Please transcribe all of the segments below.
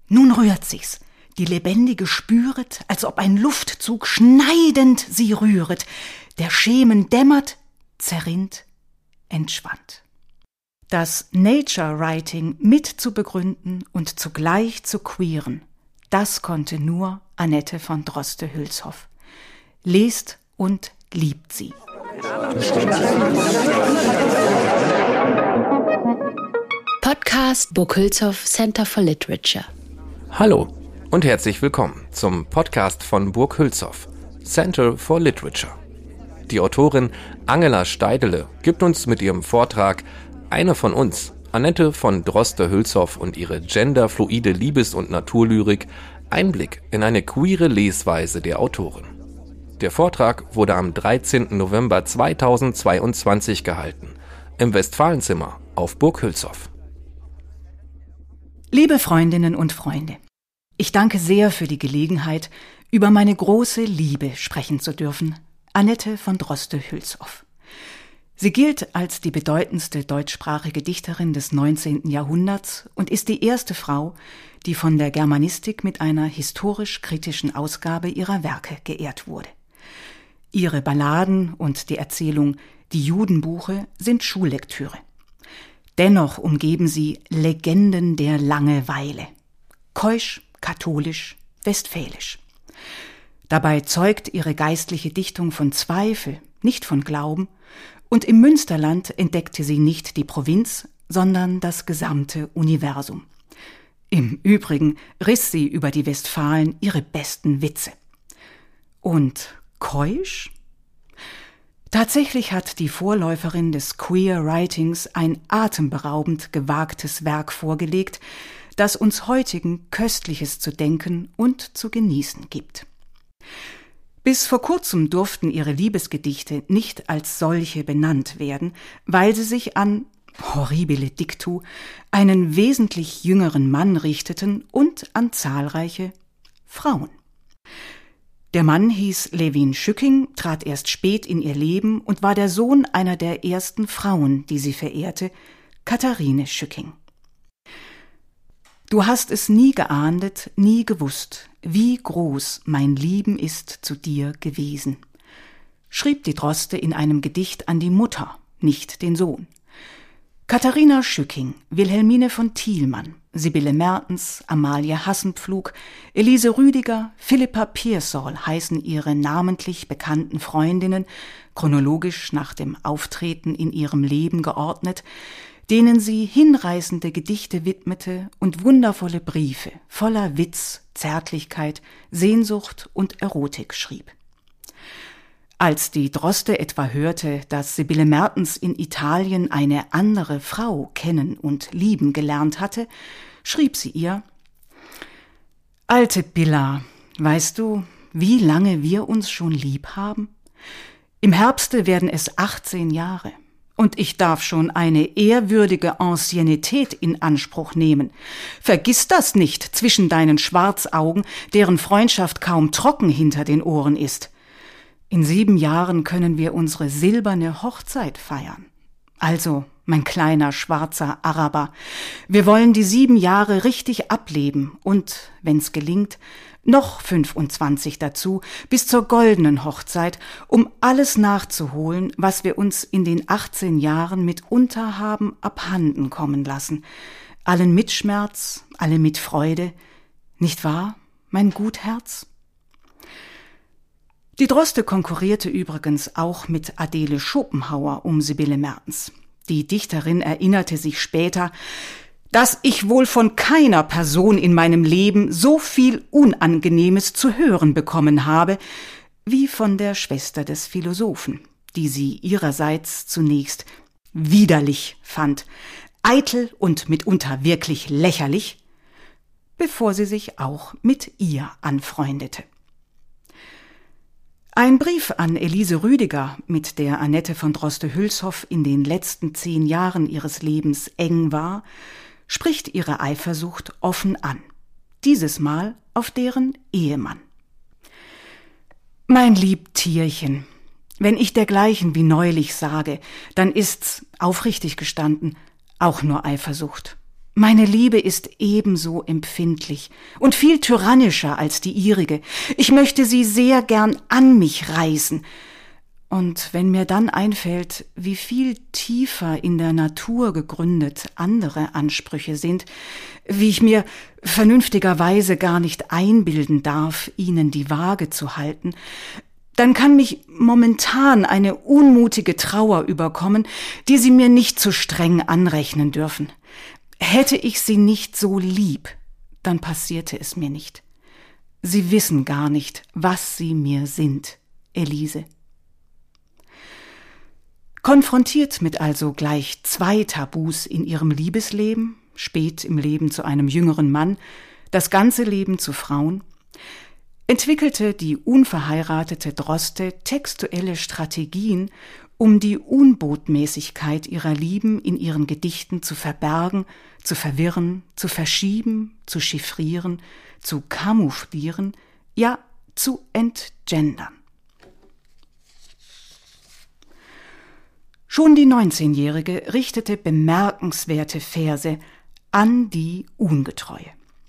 Nun rührt sich's. Die Lebendige spüret, als ob ein Luftzug schneidend sie rühret. Der Schemen dämmert, zerrinnt, entschwand. Das Nature Writing mit zu begründen und zugleich zu queeren, das konnte nur Annette von Droste-Hülshoff. Lest und liebt sie. Podcast Burg Hülshoff Center for Literature. Hallo und herzlich willkommen zum Podcast von Burg Hülshoff Center for Literature. Die Autorin Angela Steidele gibt uns mit ihrem Vortrag Eine von uns, Annette von Droste-Hülshoff und ihre genderfluide Liebes- und Naturlyrik Einblick in eine queere Lesweise der Autorin. Der Vortrag wurde am 13. November 2022 gehalten, im Westfalenzimmer auf Burg Hülshoff. Liebe Freundinnen und Freunde, ich danke sehr für die Gelegenheit, über meine große Liebe sprechen zu dürfen, Annette von Droste-Hülshoff. Sie gilt als die bedeutendste deutschsprachige Dichterin des 19. Jahrhunderts und ist die erste Frau, die von der Germanistik mit einer historisch-kritischen Ausgabe ihrer Werke geehrt wurde. Ihre Balladen und die Erzählung Die Judenbuche sind Schullektüre. Dennoch umgeben sie Legenden der Langeweile. Keusch, katholisch, westfälisch. Dabei zeugt ihre geistliche Dichtung von Zweifel, nicht von Glauben, und im Münsterland entdeckte sie nicht die Provinz, sondern das gesamte Universum. Im Übrigen riss sie über die Westfalen ihre besten Witze. Und keusch? Tatsächlich hat die Vorläuferin des Queer Writings ein atemberaubend gewagtes Werk vorgelegt, das uns heutigen Köstliches zu denken und zu genießen gibt. Bis vor kurzem durften ihre Liebesgedichte nicht als solche benannt werden, weil sie sich an, horribile dictu, einen wesentlich jüngeren Mann richteten und an zahlreiche Frauen. Der Mann hieß Levin Schücking, trat erst spät in ihr Leben und war der Sohn einer der ersten Frauen, die sie verehrte, Katharine Schücking. Du hast es nie geahndet, nie gewusst, wie groß mein Lieben ist zu dir gewesen, schrieb die Droste in einem Gedicht an die Mutter, nicht den Sohn. Katharina Schücking, Wilhelmine von Thielmann, Sibylle Mertens, Amalie Hassenpflug, Elise Rüdiger, Philippa Pearsall heißen ihre namentlich bekannten Freundinnen, chronologisch nach dem Auftreten in ihrem Leben geordnet, denen sie hinreißende Gedichte widmete und wundervolle Briefe voller Witz, Zärtlichkeit, Sehnsucht und Erotik schrieb. Als die Droste etwa hörte, dass Sibylle Mertens in Italien eine andere Frau kennen und lieben gelernt hatte, schrieb sie ihr: Alte Billa, weißt du, wie lange wir uns schon lieb haben? Im Herbste werden es 18 Jahre. Und ich darf schon eine ehrwürdige Anciennität in Anspruch nehmen. Vergiss das nicht zwischen deinen Schwarzaugen, deren Freundschaft kaum trocken hinter den Ohren ist. In 7 Jahren können wir unsere silberne Hochzeit feiern. Also, mein kleiner schwarzer Araber, wir wollen die 7 Jahre richtig ableben und, wenn's gelingt, noch 25 dazu, bis zur goldenen Hochzeit, um alles nachzuholen, was wir uns in den 18 Jahren mitunter haben abhanden kommen lassen. Allen mit Schmerz, alle mit Freude. Nicht wahr, mein Gutherz? Die Droste konkurrierte übrigens auch mit Adele Schopenhauer um Sibylle Mertens. Die Dichterin erinnerte sich später, dass ich wohl von keiner Person in meinem Leben so viel Unangenehmes zu hören bekommen habe, wie von der Schwester des Philosophen, die sie ihrerseits zunächst widerlich fand, eitel und mitunter wirklich lächerlich, bevor sie sich auch mit ihr anfreundete. Ein Brief an Elise Rüdiger, mit der Annette von Droste-Hülshoff in den letzten 10 Jahren ihres Lebens eng war, spricht ihre Eifersucht offen an, dieses Mal auf deren Ehemann. Mein lieb Tierchen, wenn ich dergleichen wie neulich sage, dann ist's, aufrichtig gestanden, auch nur Eifersucht. Meine Liebe ist ebenso empfindlich und viel tyrannischer als die ihrige. Ich möchte sie sehr gern an mich reißen. Und wenn mir dann einfällt, wie viel tiefer in der Natur gegründet andere Ansprüche sind, wie ich mir vernünftigerweise gar nicht einbilden darf, ihnen die Waage zu halten, dann kann mich momentan eine unmutige Trauer überkommen, die sie mir nicht zu streng anrechnen dürfen. Hätte ich sie nicht so lieb, dann passierte es mir nicht. Sie wissen gar nicht, was sie mir sind, Elise. Konfrontiert mit also gleich 2 Tabus in ihrem Liebesleben, spät im Leben zu einem jüngeren Mann, das ganze Leben zu Frauen, entwickelte die unverheiratete Droste textuelle Strategien, um die Unbotmäßigkeit ihrer Lieben in ihren Gedichten zu verbergen, zu verwirren, zu verschieben, zu chiffrieren, zu camouflieren, ja zu entgendern. Schon die 19-Jährige richtete bemerkenswerte Verse an die Ungetreue.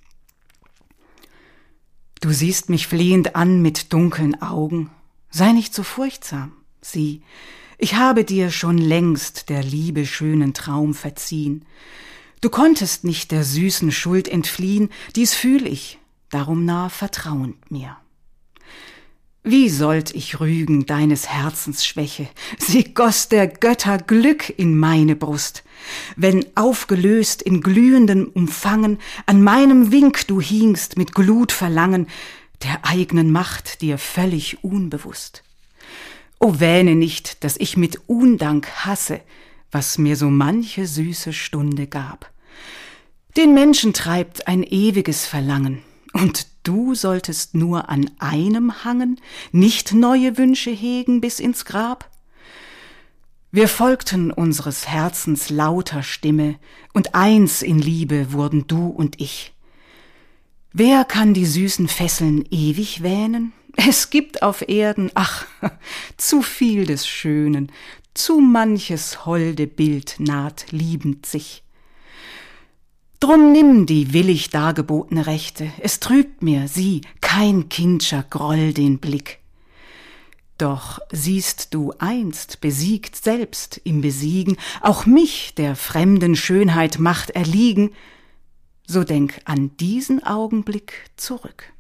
Du siehst mich flehend an mit dunklen Augen, sei nicht so furchtsam, sieh, ich habe dir schon längst der Liebe schönen Traum verziehen. Du konntest nicht der süßen Schuld entfliehen, dies fühl ich, darum nah vertrauend mir. Wie sollt ich rügen deines Herzens Schwäche? Sie goss der Götter Glück in meine Brust. Wenn aufgelöst in glühendem Umfangen an meinem Wink du hingst mit Glutverlangen, der eigenen Macht dir völlig unbewusst. O wähne nicht, dass ich mit Undank hasse, was mir so manche süße Stunde gab. Den Menschen treibt ein ewiges Verlangen, und du solltest nur an einem hangen, nicht neue Wünsche hegen bis ins Grab? Wir folgten unseres Herzens lauter Stimme, und eins in Liebe wurden du und ich. Wer kann die süßen Fesseln ewig wähnen? Es gibt auf Erden, ach, zu viel des Schönen, zu manches holde Bild naht liebend sich. Drum nimm die willig dargebotene Rechte, es trübt mir, sieh, kein kindscher Groll den Blick. Doch siehst du einst besiegt selbst im Besiegen, auch mich der fremden Schönheit Macht erliegen, so denk an diesen Augenblick zurück.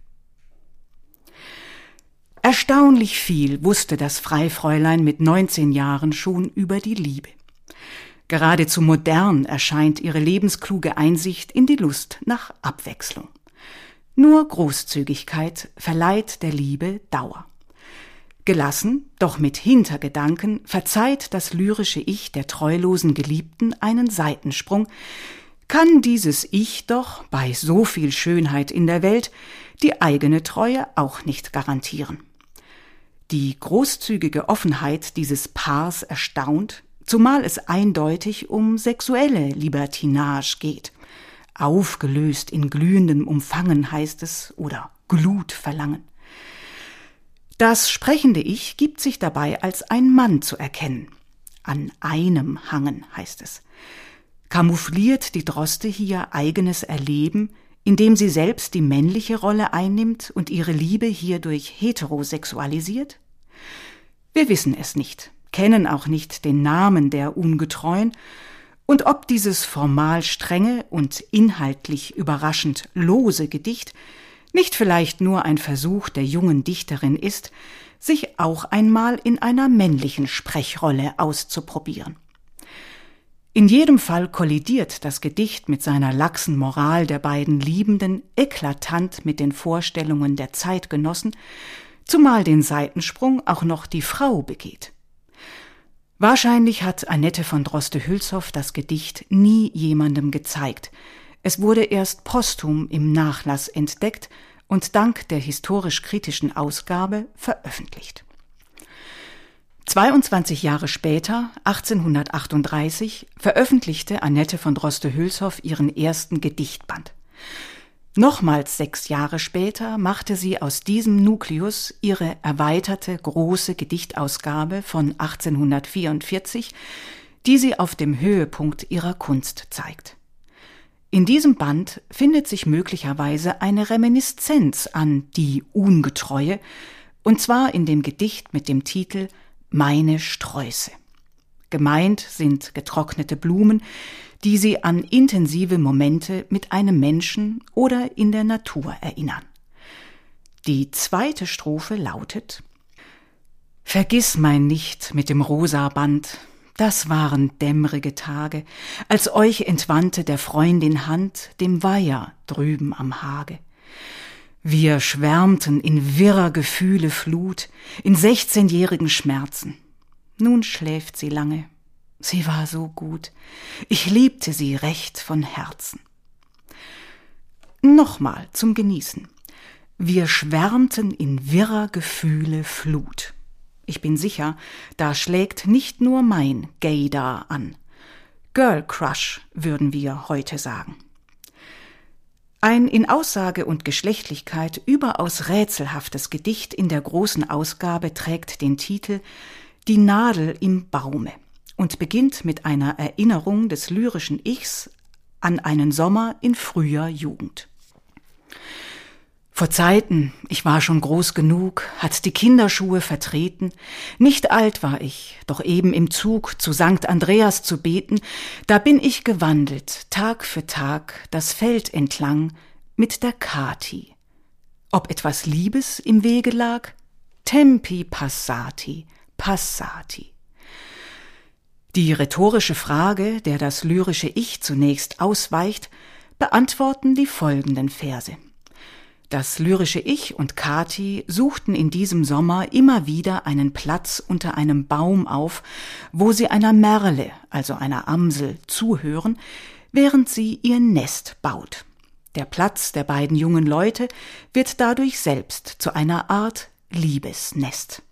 Erstaunlich viel wusste das Freifräulein mit 19 Jahren schon über die Liebe. Geradezu modern erscheint ihre lebenskluge Einsicht in die Lust nach Abwechslung. Nur Großzügigkeit verleiht der Liebe Dauer. Gelassen, doch mit Hintergedanken, verzeiht das lyrische Ich der treulosen Geliebten einen Seitensprung, kann dieses Ich doch, bei so viel Schönheit in der Welt, die eigene Treue auch nicht garantieren. Die großzügige Offenheit dieses Paars erstaunt, zumal es eindeutig um sexuelle Libertinage geht. Aufgelöst in glühendem Umfangen heißt es, oder Glutverlangen. Das sprechende Ich gibt sich dabei als ein Mann zu erkennen. An einem hangen heißt es. Camoufliert die Droste hier eigenes Erleben, indem sie selbst die männliche Rolle einnimmt und ihre Liebe hierdurch heterosexualisiert? Wir wissen es nicht, kennen auch nicht den Namen der Ungetreuen, und ob dieses formal strenge und inhaltlich überraschend lose Gedicht nicht vielleicht nur ein Versuch der jungen Dichterin ist, sich auch einmal in einer männlichen Sprechrolle auszuprobieren. In jedem Fall kollidiert das Gedicht mit seiner laxen Moral der beiden Liebenden eklatant mit den Vorstellungen der Zeitgenossen, zumal den Seitensprung auch noch die Frau begeht. Wahrscheinlich hat Annette von Droste-Hülshoff das Gedicht nie jemandem gezeigt. Es wurde erst posthum im Nachlass entdeckt und dank der historisch-kritischen Ausgabe veröffentlicht. 22 Jahre später, 1838, veröffentlichte Annette von Droste-Hülshoff ihren ersten Gedichtband. Nochmals 6 Jahre später machte sie aus diesem Nukleus ihre erweiterte große Gedichtausgabe von 1844, die sie auf dem Höhepunkt ihrer Kunst zeigt. In diesem Band findet sich möglicherweise eine Reminiszenz an Die Ungetreue, und zwar in dem Gedicht mit dem Titel Meine Sträuße. Gemeint sind getrocknete Blumen, die sie an intensive Momente mit einem Menschen oder in der Natur erinnern. Die zweite Strophe lautet: Vergiss mein nicht mit dem rosa Band, das waren dämmrige Tage, als euch entwandte der Freundin Hand dem Weiher drüben am Hage. Wir schwärmten in wirrer Gefühle Flut, in 16-jährigen Schmerzen. Nun schläft sie lange, sie war so gut, ich liebte sie recht von Herzen. Nochmal zum Genießen. Wir schwärmten in wirrer Gefühle Flut. Ich bin sicher, da schlägt nicht nur mein Gaydar an. Girl Crush würden wir heute sagen. Ein in Aussage und Geschlechtlichkeit überaus rätselhaftes Gedicht in der großen Ausgabe trägt den Titel Die Nadel im Baume und beginnt mit einer Erinnerung des lyrischen Ichs an einen Sommer in früher Jugend. Vor Zeiten, ich war schon groß genug, hat die Kinderschuhe vertreten, nicht alt war ich, doch eben im Zug zu Sankt Andreas zu beten, da bin ich gewandelt, Tag für Tag, das Feld entlang, mit der Kathi. Ob etwas Liebes im Wege lag? Tempi passati, passati. Die rhetorische Frage, der das lyrische Ich zunächst ausweicht, beantworten die folgenden Verse. Das lyrische Ich und Kathi suchten in diesem Sommer immer wieder einen Platz unter einem Baum auf, wo sie einer Merle, also einer Amsel, zuhören, während sie ihr Nest baut. Der Platz der beiden jungen Leute wird dadurch selbst zu einer Art Liebesnest.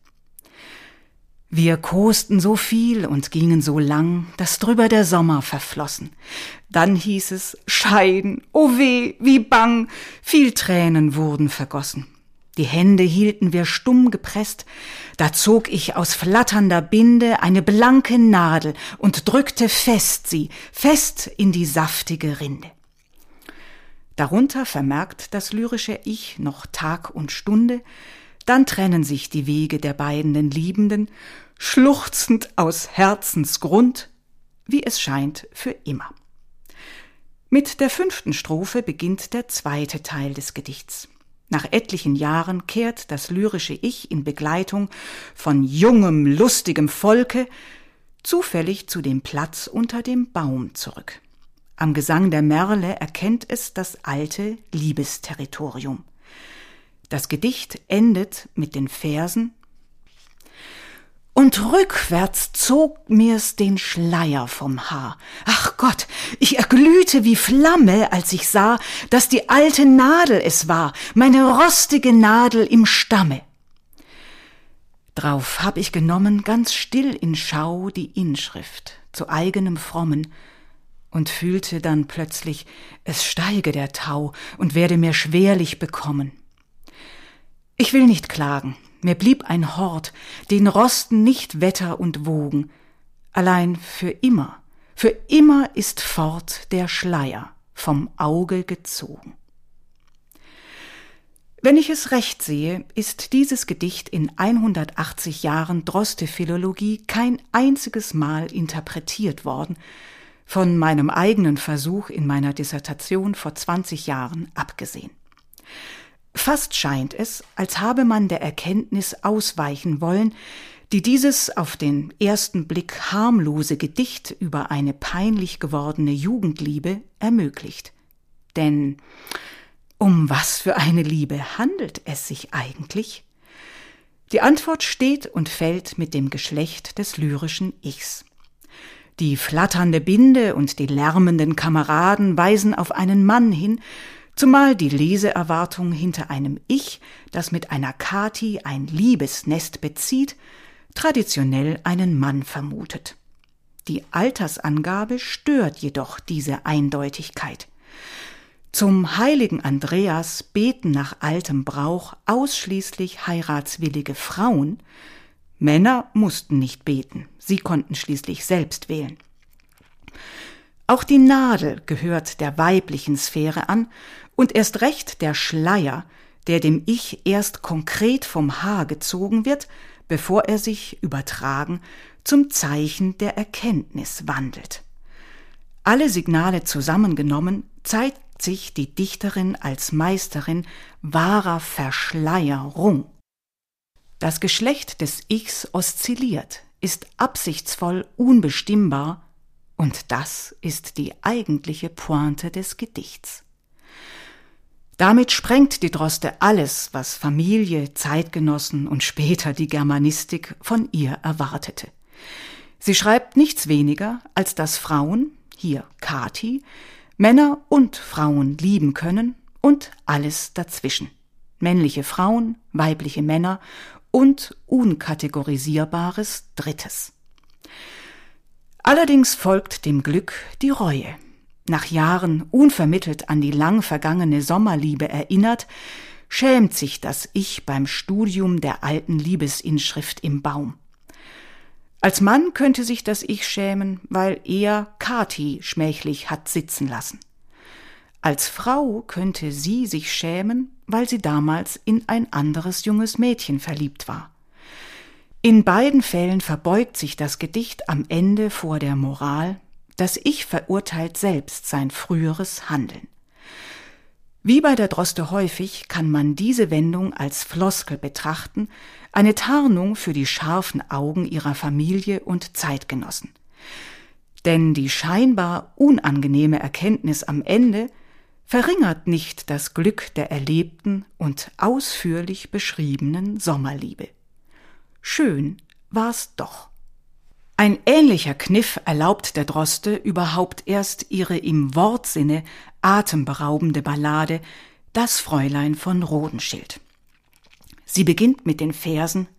Wir kosten so viel und gingen so lang, dass drüber der Sommer verflossen. Dann hieß es Scheiden, oh weh, wie bang, viel Tränen wurden vergossen. Die Hände hielten wir stumm gepresst, da zog ich aus flatternder Binde eine blanke Nadel und drückte fest in die saftige Rinde. Darunter vermerkt das lyrische Ich noch Tag und Stunde, dann trennen sich die Wege der beiden Liebenden, schluchzend aus Herzensgrund, wie es scheint für immer. Mit der 5. Strophe beginnt der zweite Teil des Gedichts. Nach etlichen Jahren kehrt das lyrische Ich in Begleitung von jungem, lustigem Volke zufällig zu dem Platz unter dem Baum zurück. Am Gesang der Merle erkennt es das alte Liebesterritorium. Das Gedicht endet mit den Versen: Und rückwärts zog mir's den Schleier vom Haar. Ach Gott, ich erglühte wie Flamme, als ich sah, dass die alte Nadel es war, meine rostige Nadel im Stamme. Drauf hab ich genommen, ganz still in Schau, die Inschrift zu eigenem Frommen und fühlte dann plötzlich, es steige der Tau und werde mir schwerlich bekommen. Ich will nicht klagen, mir blieb ein Hort, den rosten nicht Wetter und Wogen. Allein für immer ist fort der Schleier vom Auge gezogen. Wenn ich es recht sehe, ist dieses Gedicht in 180 Jahren Droste-Philologie kein einziges Mal interpretiert worden, von meinem eigenen Versuch in meiner Dissertation vor 20 Jahren abgesehen. Fast scheint es, als habe man der Erkenntnis ausweichen wollen, die dieses auf den ersten Blick harmlose Gedicht über eine peinlich gewordene Jugendliebe ermöglicht. Denn um was für eine Liebe handelt es sich eigentlich? Die Antwort steht und fällt mit dem Geschlecht des lyrischen Ichs. Die flatternde Binde und die lärmenden Kameraden weisen auf einen Mann hin, zumal die Leseerwartung hinter einem Ich, das mit einer Kathi ein Liebesnest bezieht, traditionell einen Mann vermutet. Die Altersangabe stört jedoch diese Eindeutigkeit. Zum heiligen Andreas beten nach altem Brauch ausschließlich heiratswillige Frauen. Männer mussten nicht beten, sie konnten schließlich selbst wählen. Auch die Nadel gehört der weiblichen Sphäre an und erst recht der Schleier, der dem Ich erst konkret vom Haar gezogen wird, bevor er sich, übertragen, zum Zeichen der Erkenntnis wandelt. Alle Signale zusammengenommen zeigt sich die Dichterin als Meisterin wahrer Verschleierung. Das Geschlecht des Ichs oszilliert, ist absichtsvoll unbestimmbar, und das ist die eigentliche Pointe des Gedichts. Damit sprengt die Droste alles, was Familie, Zeitgenossen und später die Germanistik von ihr erwartete. Sie schreibt nichts weniger, als dass Frauen, hier Kathi, Männer und Frauen lieben können und alles dazwischen. Männliche Frauen, weibliche Männer und unkategorisierbares Drittes. Allerdings folgt dem Glück die Reue. Nach Jahren unvermittelt an die lang vergangene Sommerliebe erinnert, schämt sich das Ich beim Studium der alten Liebesinschrift im Baum. Als Mann könnte sich das Ich schämen, weil er Kathi schmählich hat sitzen lassen. Als Frau könnte sie sich schämen, weil sie damals in ein anderes junges Mädchen verliebt war. In beiden Fällen verbeugt sich das Gedicht am Ende vor der Moral, das Ich verurteilt selbst sein früheres Handeln. Wie bei der Droste häufig kann man diese Wendung als Floskel betrachten, eine Tarnung für die scharfen Augen ihrer Familie und Zeitgenossen. Denn die scheinbar unangenehme Erkenntnis am Ende verringert nicht das Glück der erlebten und ausführlich beschriebenen Sommerliebe. Schön war's doch. Ein ähnlicher Kniff erlaubt der Droste überhaupt erst ihre im Wortsinne atemberaubende Ballade »Das Fräulein von Rodenschild«. Sie beginnt mit den Versen: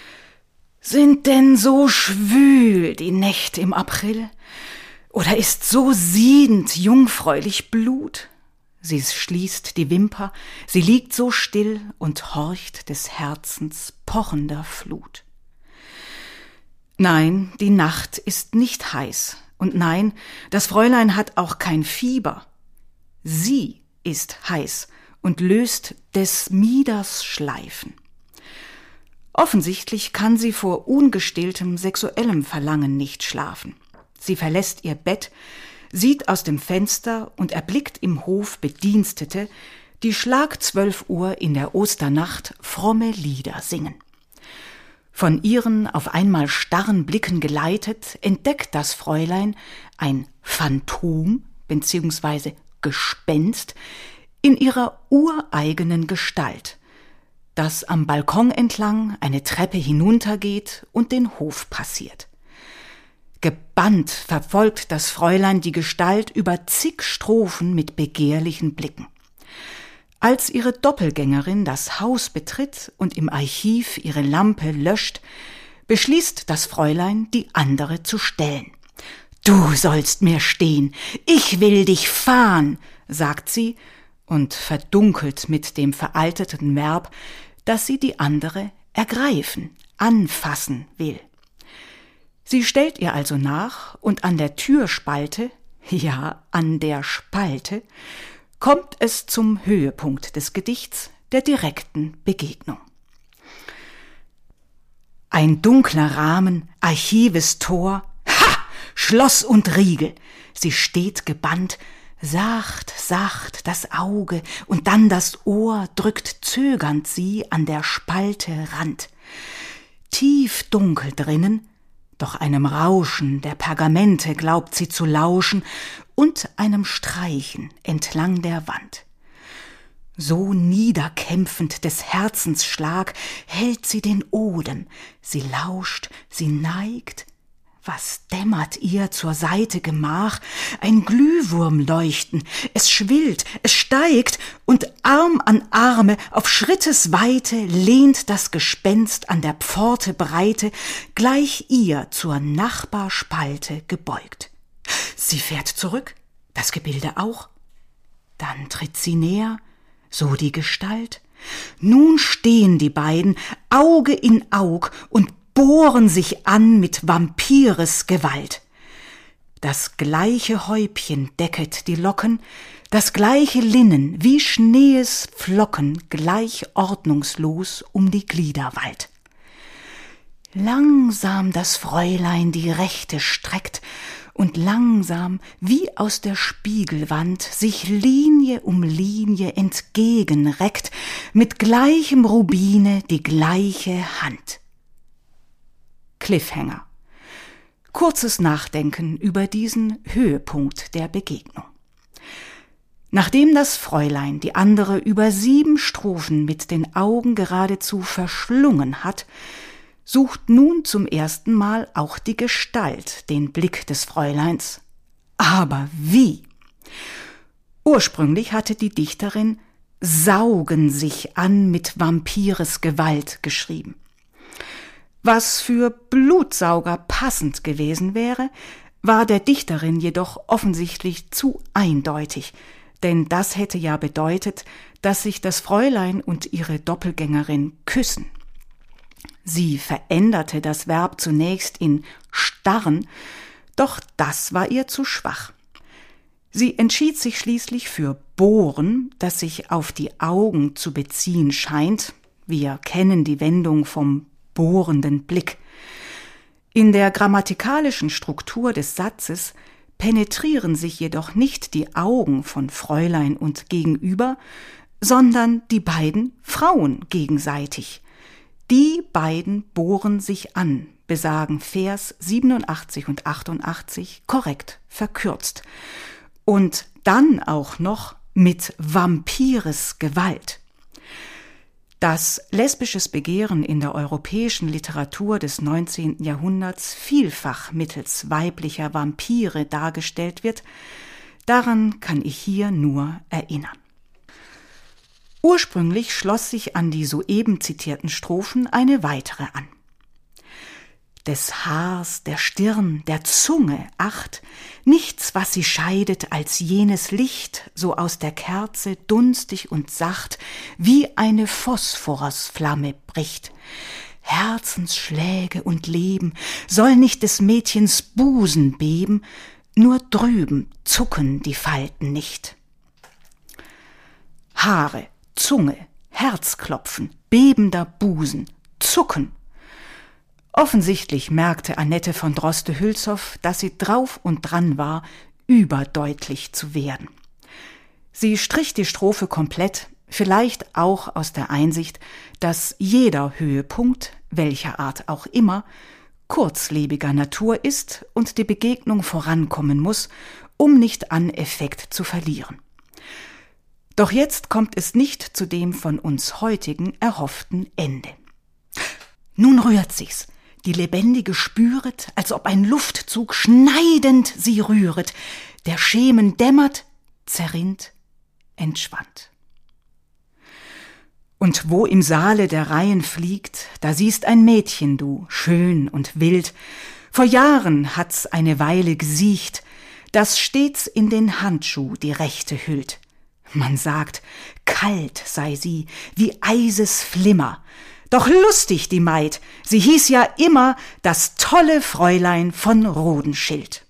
»Sind denn so schwül die Nächte im April? Oder ist so siedend jungfräulich Blut?« Sie schließt die Wimper, sie liegt so still und horcht des Herzens pochender Flut. Nein, die Nacht ist nicht heiß, und nein, das Fräulein hat auch kein Fieber. Sie ist heiß und löst des Mieders Schleifen. Offensichtlich kann sie vor ungestilltem sexuellem Verlangen nicht schlafen. Sie verlässt ihr Bett, sieht aus dem Fenster und erblickt im Hof Bedienstete, die Schlag 12 Uhr in der Osternacht fromme Lieder singen. Von ihren auf einmal starren Blicken geleitet, entdeckt das Fräulein ein Phantom bzw. Gespenst in ihrer ureigenen Gestalt, das am Balkon entlang eine Treppe hinuntergeht und den Hof passiert. Gebannt verfolgt das Fräulein die Gestalt über zig Strophen mit begehrlichen Blicken. Als ihre Doppelgängerin das Haus betritt und im Archiv ihre Lampe löscht, beschließt das Fräulein, die andere zu stellen. »Du sollst mir stehen, ich will dich fahen«, sagt sie und verdunkelt mit dem veralteten Verb, dass sie die andere ergreifen, anfassen will. Sie stellt ihr also nach und an der Türspalte, ja, an der Spalte, kommt es zum Höhepunkt des Gedichts, der direkten Begegnung. Ein dunkler Rahmen, Archives Tor, ha! Schloss und Riegel. Sie steht gebannt, sacht, sacht das Auge und dann das Ohr drückt zögernd sie an der Spalte Rand. Tief dunkel drinnen, doch einem Rauschen der Pergamente glaubt sie zu lauschen und einem Streichen entlang der Wand. So niederkämpfend des Herzens Schlag hält sie den Odem, sie lauscht, sie neigt. Was dämmert ihr zur Seite Gemach? Ein Glühwurm leuchten, es schwillt, es steigt, und Arm an Arme auf Schrittesweite lehnt das Gespenst an der Pforte Breite, gleich ihr zur Nachbarspalte gebeugt. Sie fährt zurück, das Gebilde auch. Dann tritt sie näher, so die Gestalt. Nun stehen die beiden Auge in Aug und bohren sich an mit Vampires Gewalt. Das gleiche Häubchen decket die Locken, das gleiche Linnen wie Schnees Flocken gleich ordnungslos um die Glieder wallt. Langsam das Fräulein die Rechte streckt und langsam wie aus der Spiegelwand sich Linie um Linie entgegenreckt, mit gleichem Rubine die gleiche Hand. Cliffhanger. Kurzes Nachdenken über diesen Höhepunkt der Begegnung. Nachdem das Fräulein die andere über 7 Strophen mit den Augen geradezu verschlungen hat, sucht nun zum ersten Mal auch die Gestalt den Blick des Fräuleins. Aber wie? Ursprünglich hatte die Dichterin »saugen sich an mit Vampires Gewalt« geschrieben. Was für Blutsauger passend gewesen wäre, war der Dichterin jedoch offensichtlich zu eindeutig, denn das hätte ja bedeutet, dass sich das Fräulein und ihre Doppelgängerin küssen. Sie veränderte das Verb zunächst in starren, doch das war ihr zu schwach. Sie entschied sich schließlich für bohren, das sich auf die Augen zu beziehen scheint. Wir kennen die Wendung vom bohrenden Blick. In der grammatikalischen Struktur des Satzes penetrieren sich jedoch nicht die Augen von Fräulein und Gegenüber, sondern die beiden Frauen gegenseitig. Die beiden bohren sich an, besagen Vers 87 und 88 korrekt verkürzt. Und dann auch noch mit Vampires Gewalt. Dass lesbisches Begehren in der europäischen Literatur des 19. Jahrhunderts vielfach mittels weiblicher Vampire dargestellt wird, daran kann ich hier nur erinnern. Ursprünglich schloss sich an die soeben zitierten Strophen eine weitere an. Des Haars, der Stirn, der Zunge, acht, nichts, was sie scheidet, als jenes Licht, so aus der Kerze dunstig und sacht, wie eine Phosphorusflamme bricht. Herzensschläge und Leben soll nicht des Mädchens Busen beben, nur drüben zucken die Falten nicht. Haare, Zunge, Herzklopfen, bebender Busen, zucken. Offensichtlich merkte Annette von Droste-Hülshoff, dass sie drauf und dran war, überdeutlich zu werden. Sie strich die Strophe komplett, vielleicht auch aus der Einsicht, dass jeder Höhepunkt, welcher Art auch immer, kurzlebiger Natur ist und die Begegnung vorankommen muss, um nicht an Effekt zu verlieren. Doch jetzt kommt es nicht zu dem von uns heutigen erhofften Ende. Nun rührt sich's. Die Lebendige spüret, als ob ein Luftzug schneidend sie rühret. Der Schemen dämmert, zerrinnt, entschwand. Und wo im Saale der Reihen fliegt, da siehst ein Mädchen du, schön und wild. Vor Jahren hat's eine Weile gesiecht, das stets in den Handschuh die Rechte hüllt. Man sagt, kalt sei sie, wie Eises Flimmer. Doch lustig die Maid, sie hieß ja immer das tolle Fräulein von Rodenschild.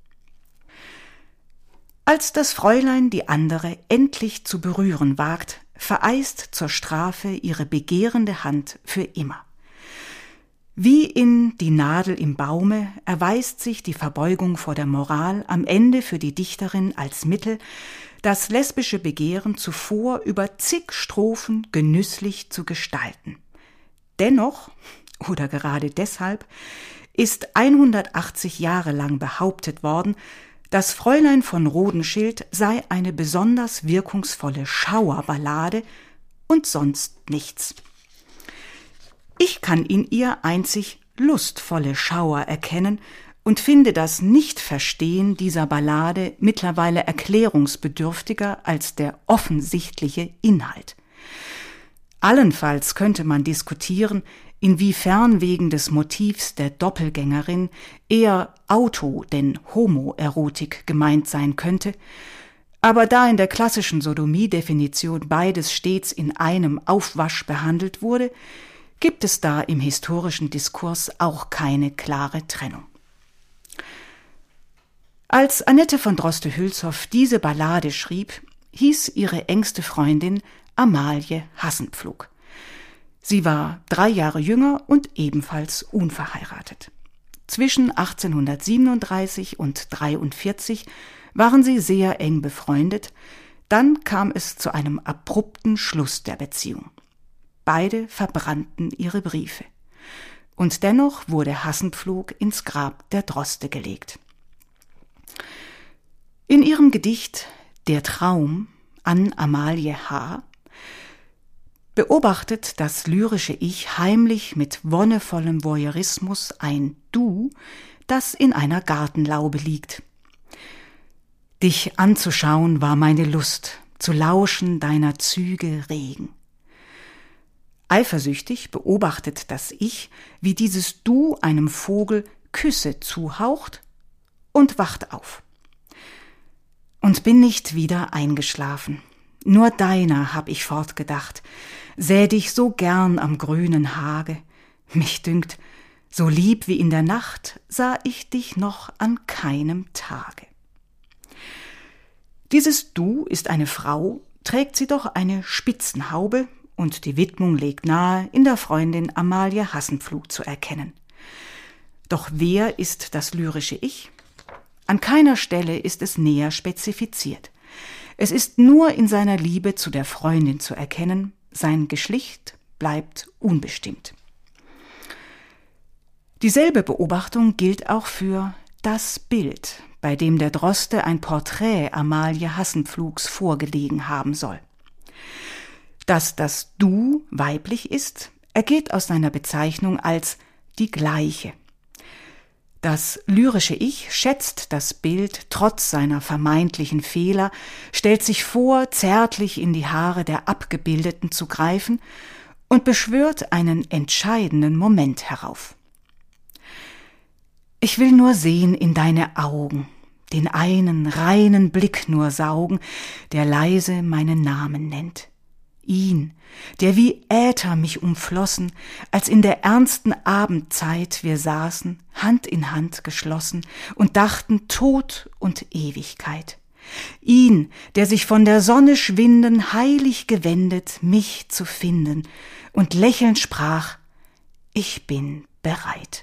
Als das Fräulein die andere endlich zu berühren wagt, vereist zur Strafe ihre begehrende Hand für immer. Wie in Die Nadel im Baume erweist sich die Verbeugung vor der Moral am Ende für die Dichterin als Mittel, das lesbische Begehren zuvor über zig Strophen genüsslich zu gestalten. Dennoch, oder gerade deshalb, ist 180 Jahre lang behauptet worden, das Fräulein von Rodenschild sei eine besonders wirkungsvolle Schauerballade und sonst nichts. Ich kann in ihr einzig lustvolle Schauer erkennen und finde das Nichtverstehen dieser Ballade mittlerweile erklärungsbedürftiger als der offensichtliche Inhalt. Allenfalls könnte man diskutieren, inwiefern wegen des Motivs der Doppelgängerin eher Auto- denn Homoerotik gemeint sein könnte, aber da in der klassischen Sodomie-Definition beides stets in einem Aufwasch behandelt wurde, gibt es da im historischen Diskurs auch keine klare Trennung. Als Annette von Droste-Hülshoff diese Ballade schrieb, hieß ihre engste Freundin Amalie Hassenpflug. Sie war 3 Jahre jünger und ebenfalls unverheiratet. Zwischen 1837 und 1843 waren sie sehr eng befreundet, dann kam es zu einem abrupten Schluss der Beziehung. Beide verbrannten ihre Briefe. Und dennoch wurde Hassenpflug ins Grab der Droste gelegt. In ihrem Gedicht »Der Traum« an Amalie H. beobachtet das lyrische Ich heimlich mit wonnevollem Voyeurismus ein Du, das in einer Gartenlaube liegt. Dich anzuschauen war meine Lust, zu lauschen deiner Züge Regen. Eifersüchtig beobachtet das Ich, wie dieses Du einem Vogel Küsse zuhaucht und wacht auf. Und bin nicht wieder eingeschlafen. Nur deiner hab ich fortgedacht, säh dich so gern am grünen Hage. Mich dünkt, so lieb wie in der Nacht sah ich dich noch an keinem Tage. Dieses Du ist eine Frau, trägt sie doch eine Spitzenhaube, und die Widmung legt nahe, in der Freundin Amalie Hassenpflug zu erkennen. Doch wer ist das lyrische Ich? An keiner Stelle ist es näher spezifiziert. Es ist nur in seiner Liebe zu der Freundin zu erkennen, sein Geschlecht bleibt unbestimmt. Dieselbe Beobachtung gilt auch für das Bild, bei dem der Droste ein Porträt Amalie Hassenpflugs vorgelegen haben soll. Dass das Du weiblich ist, ergeht aus seiner Bezeichnung als die Gleiche. Das lyrische Ich schätzt das Bild trotz seiner vermeintlichen Fehler, stellt sich vor, zärtlich in die Haare der Abgebildeten zu greifen und beschwört einen entscheidenden Moment herauf. Ich will nur sehen in deine Augen, den einen reinen Blick nur saugen, der leise meinen Namen nennt. Ihn, der wie Äther mich umflossen, als in der ernsten Abendzeit wir saßen, Hand in Hand geschlossen und dachten Tod und Ewigkeit. Ihn, der sich von der Sonne schwinden, heilig gewendet, mich zu finden und lächelnd sprach, ich bin bereit.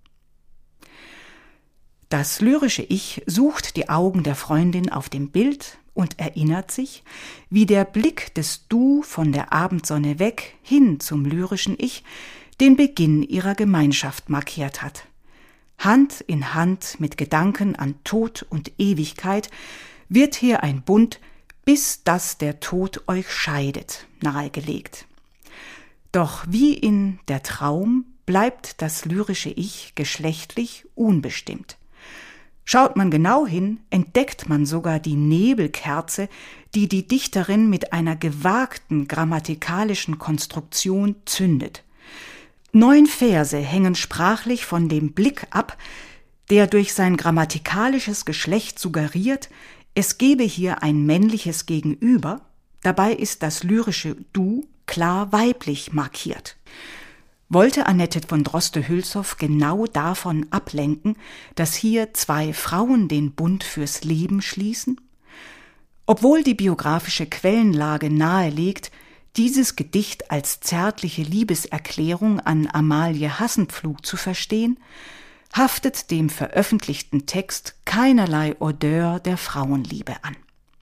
Das lyrische Ich sucht die Augen der Freundin auf dem Bild und erinnert sich, wie der Blick des Du von der Abendsonne weg hin zum lyrischen Ich den Beginn ihrer Gemeinschaft markiert hat. Hand in Hand mit Gedanken an Tod und Ewigkeit wird hier ein Bund, bis dass der Tod euch scheidet, nahegelegt. Doch wie in Der Traum bleibt das lyrische Ich geschlechtlich unbestimmt. Schaut man genau hin, entdeckt man sogar die Nebelkerze, die die Dichterin mit einer gewagten grammatikalischen Konstruktion zündet. 9 Verse hängen sprachlich von dem Blick ab, der durch sein grammatikalisches Geschlecht suggeriert, es gebe hier ein männliches Gegenüber, dabei ist das lyrische Du klar weiblich markiert. Wollte Annette von Droste-Hülshoff genau davon ablenken, dass hier 2 Frauen den Bund fürs Leben schließen? Obwohl die biografische Quellenlage nahelegt, dieses Gedicht als zärtliche Liebeserklärung an Amalie Hassenpflug zu verstehen, haftet dem veröffentlichten Text keinerlei Odeur der Frauenliebe an.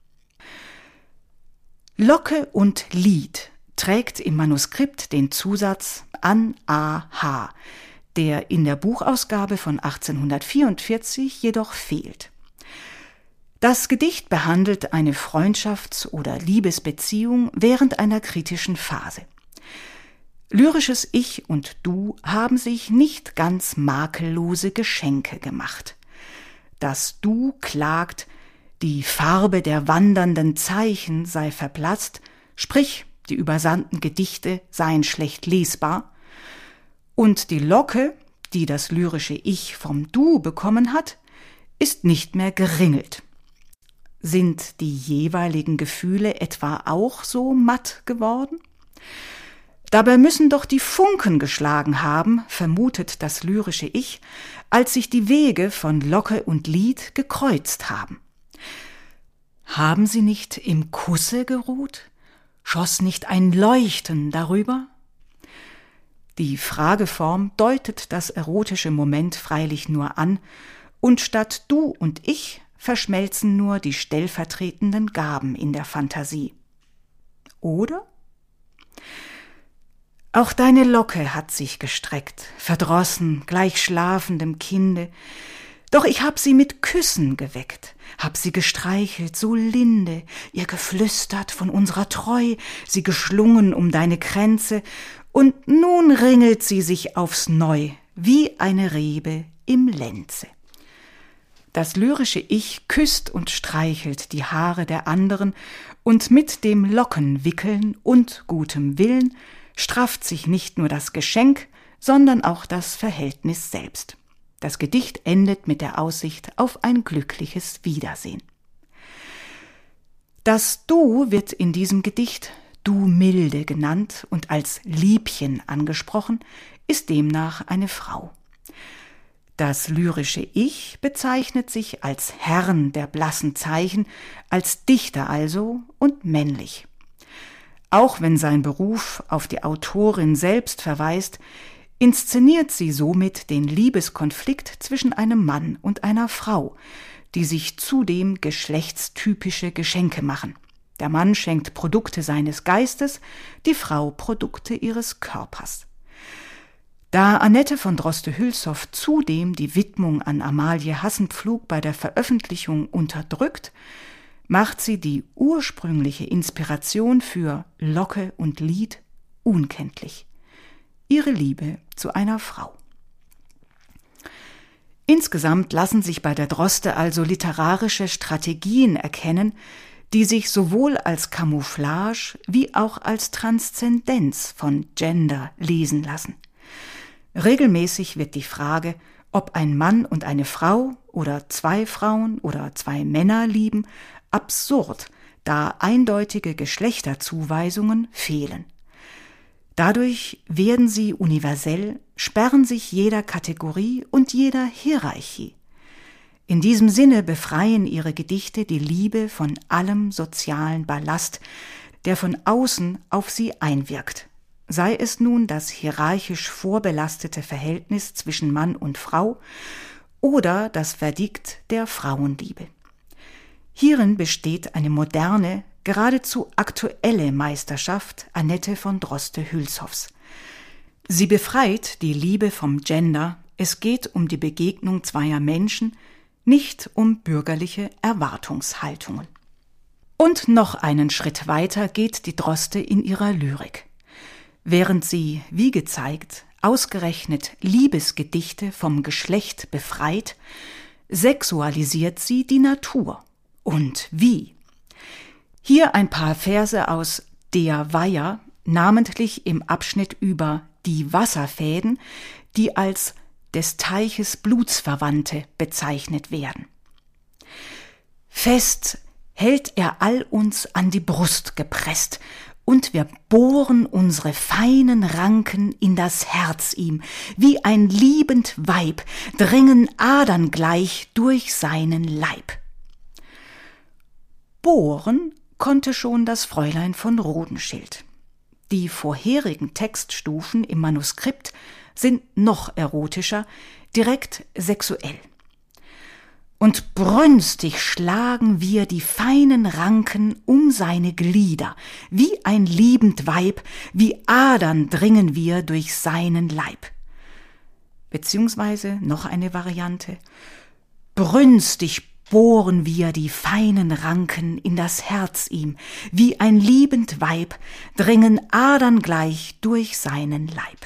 Locke und Lied trägt im Manuskript den Zusatz an A.H., der in der Buchausgabe von 1844 jedoch fehlt. Das Gedicht behandelt eine Freundschafts- oder Liebesbeziehung während einer kritischen Phase. Lyrisches Ich und Du haben sich nicht ganz makellose Geschenke gemacht. Das Du klagt, die Farbe der wandernden Zeichen sei verblasst, sprich, die übersandten Gedichte seien schlecht lesbar, und die Locke, die das lyrische Ich vom Du bekommen hat, ist nicht mehr geringelt. Sind die jeweiligen Gefühle etwa auch so matt geworden? Dabei müssen doch die Funken geschlagen haben, vermutet das lyrische Ich, als sich die Wege von Locke und Lied gekreuzt haben. Haben sie nicht im Kusse geruht? Schoss nicht ein Leuchten darüber? Die Frageform deutet das erotische Moment freilich nur an, und statt du und ich verschmelzen nur die stellvertretenden Gaben in der Fantasie. Oder? Auch deine Locke hat sich gestreckt, verdrossen, gleich schlafendem Kinde. Doch ich hab sie mit Küssen geweckt, hab sie gestreichelt, so linde, ihr geflüstert von unserer Treu, sie geschlungen um deine Kränze, und nun ringelt sie sich aufs Neu, wie eine Rebe im Lenze. Das lyrische Ich küsst und streichelt die Haare der anderen, und mit dem Lockenwickeln und gutem Willen strafft sich nicht nur das Geschenk, sondern auch das Verhältnis selbst. Das Gedicht endet mit der Aussicht auf ein glückliches Wiedersehen. Das Du wird in diesem Gedicht Du Milde genannt und als Liebchen angesprochen, ist demnach eine Frau. Das lyrische Ich bezeichnet sich als Herrn der blassen Zeichen, als Dichter also und männlich. Auch wenn sein Beruf auf die Autorin selbst verweist, inszeniert sie somit den Liebeskonflikt zwischen einem Mann und einer Frau, die sich zudem geschlechtstypische Geschenke machen. Der Mann schenkt Produkte seines Geistes, die Frau Produkte ihres Körpers. Da Annette von Droste-Hülshoff zudem die Widmung an Amalie Hassenpflug bei der Veröffentlichung unterdrückt, macht sie die ursprüngliche Inspiration für Locke und Lied unkenntlich. Ihre Liebe zu einer Frau. Insgesamt lassen sich bei der Droste also literarische Strategien erkennen, die sich sowohl als Camouflage wie auch als Transzendenz von Gender lesen lassen. Regelmäßig wird die Frage, ob ein Mann und eine Frau oder zwei Frauen oder zwei Männer lieben, absurd, da eindeutige Geschlechterzuweisungen fehlen. Dadurch werden sie universell, sperren sich jeder Kategorie und jeder Hierarchie. In diesem Sinne befreien ihre Gedichte die Liebe von allem sozialen Ballast, der von außen auf sie einwirkt. Sei es nun das hierarchisch vorbelastete Verhältnis zwischen Mann und Frau oder das Verdikt der Frauenliebe. Hierin besteht eine moderne, geradezu aktuelle Meisterschaft Annette von Droste-Hülshoffs. Sie befreit die Liebe vom Gender, es geht um die Begegnung zweier Menschen, nicht um bürgerliche Erwartungshaltungen. Und noch einen Schritt weiter geht die Droste in ihrer Lyrik. Während sie, wie gezeigt, ausgerechnet Liebesgedichte vom Geschlecht befreit, sexualisiert sie die Natur. Und wie? Hier ein paar Verse aus Der Weiher, namentlich im Abschnitt über die Wasserfäden, die als des Teiches Blutsverwandte bezeichnet werden. Fest hält er all uns an die Brust gepresst, und wir bohren unsere feinen Ranken in das Herz ihm, wie ein liebend Weib, dringen Adern gleich durch seinen Leib. Bohren konnte schon das Fräulein von Rodenschild. Die vorherigen Textstufen im Manuskript sind noch erotischer, direkt sexuell. Und brünstig schlagen wir die feinen Ranken um seine Glieder, wie ein liebend Weib, wie Adern dringen wir durch seinen Leib. Beziehungsweise noch eine Variante. Brünstig bohren wir die feinen Ranken in das Herz ihm, wie ein liebend Weib, dringen Adern gleich durch seinen Leib.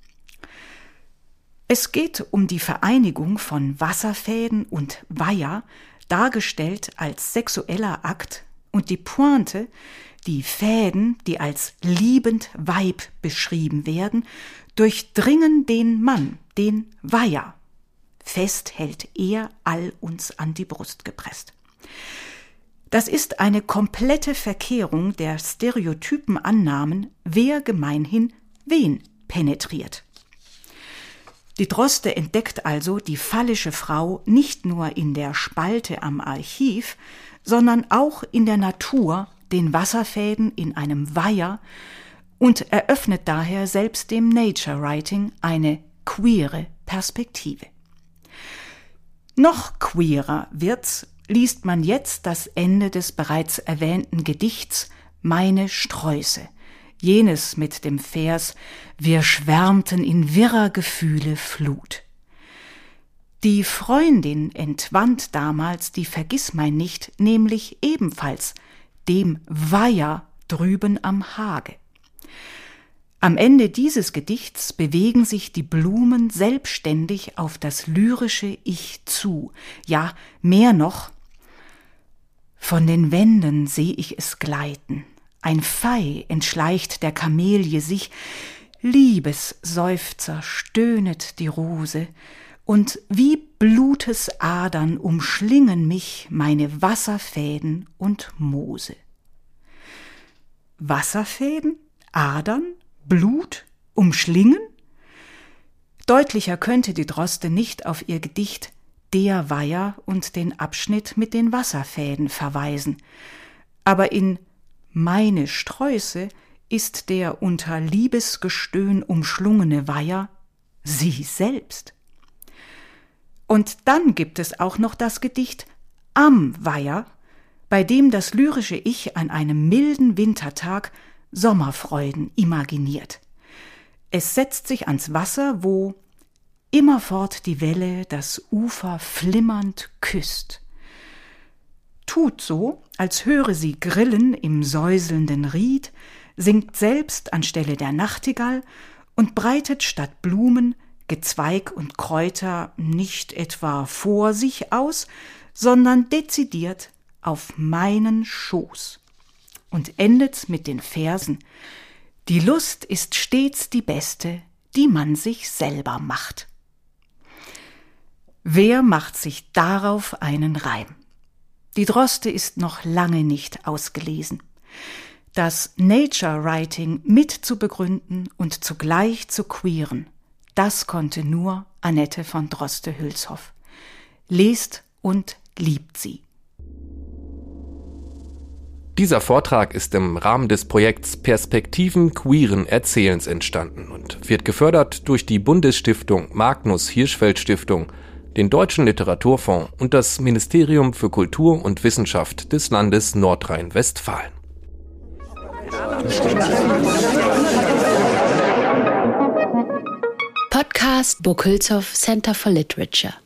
Es geht um die Vereinigung von Wasserfäden und Weiher, dargestellt als sexueller Akt, und die Pointe, die Fäden, die als liebend Weib beschrieben werden, durchdringen den Mann, den Weiher. Fest hält er all uns an die Brust gepresst. Das ist eine komplette Verkehrung der stereotypen Annahmen, wer gemeinhin wen penetriert. Die Droste entdeckt also die phallische Frau nicht nur in der Spalte am Archiv, sondern auch in der Natur, den Wasserfäden in einem Weiher und eröffnet daher selbst dem Nature Writing eine queere Perspektive. Noch queerer wird's, liest man jetzt das Ende des bereits erwähnten Gedichts »Meine Sträuße«, jenes mit dem Vers »Wir schwärmten in wirrer Gefühle Flut«. Die Freundin entwand damals die Vergissmeinnicht, nämlich ebenfalls dem Weiher drüben am Hage. Am Ende dieses Gedichts bewegen sich die Blumen selbstständig auf das lyrische Ich zu. Ja, mehr noch, von den Wänden seh ich es gleiten. Ein Fei entschleicht der Kamelie sich, Liebesseufzer stöhnet die Rose, und wie Blutesadern umschlingen mich meine Wasserfäden und Moose. Wasserfäden, Adern, Blut, umschlingen? Deutlicher könnte die Droste nicht auf ihr Gedicht »Der Weiher« und den Abschnitt mit den Wasserfäden verweisen. Aber in »Meine Sträuße« ist der unter Liebesgestöhn umschlungene Weiher sie selbst. Und dann gibt es auch noch das Gedicht »Am Weiher«, bei dem das lyrische Ich an einem milden Wintertag Sommerfreuden imaginiert. Es setzt sich ans Wasser, wo immerfort die Welle das Ufer flimmernd küsst. Tut so, als höre sie Grillen im säuselnden Ried, singt selbst anstelle der Nachtigall und breitet statt Blumen Gezweig und Kräuter nicht etwa vor sich aus, sondern dezidiert auf meinen Schoß. Und endet mit den Versen: Die Lust ist stets die beste, die man sich selber macht. Wer macht sich darauf einen Reim? Die Droste ist noch lange nicht ausgelesen. Das Nature Writing mit zu begründen und zugleich zu queeren, das konnte nur Annette von Droste-Hülshoff. Lest und liebt sie. Dieser Vortrag ist im Rahmen des Projekts Perspektiven queeren Erzählens entstanden und wird gefördert durch die Bundesstiftung Magnus Hirschfeld Stiftung, den Deutschen Literaturfonds und das Ministerium für Kultur und Wissenschaft des Landes Nordrhein-Westfalen. Podcast Burghülshoff Center for Literature.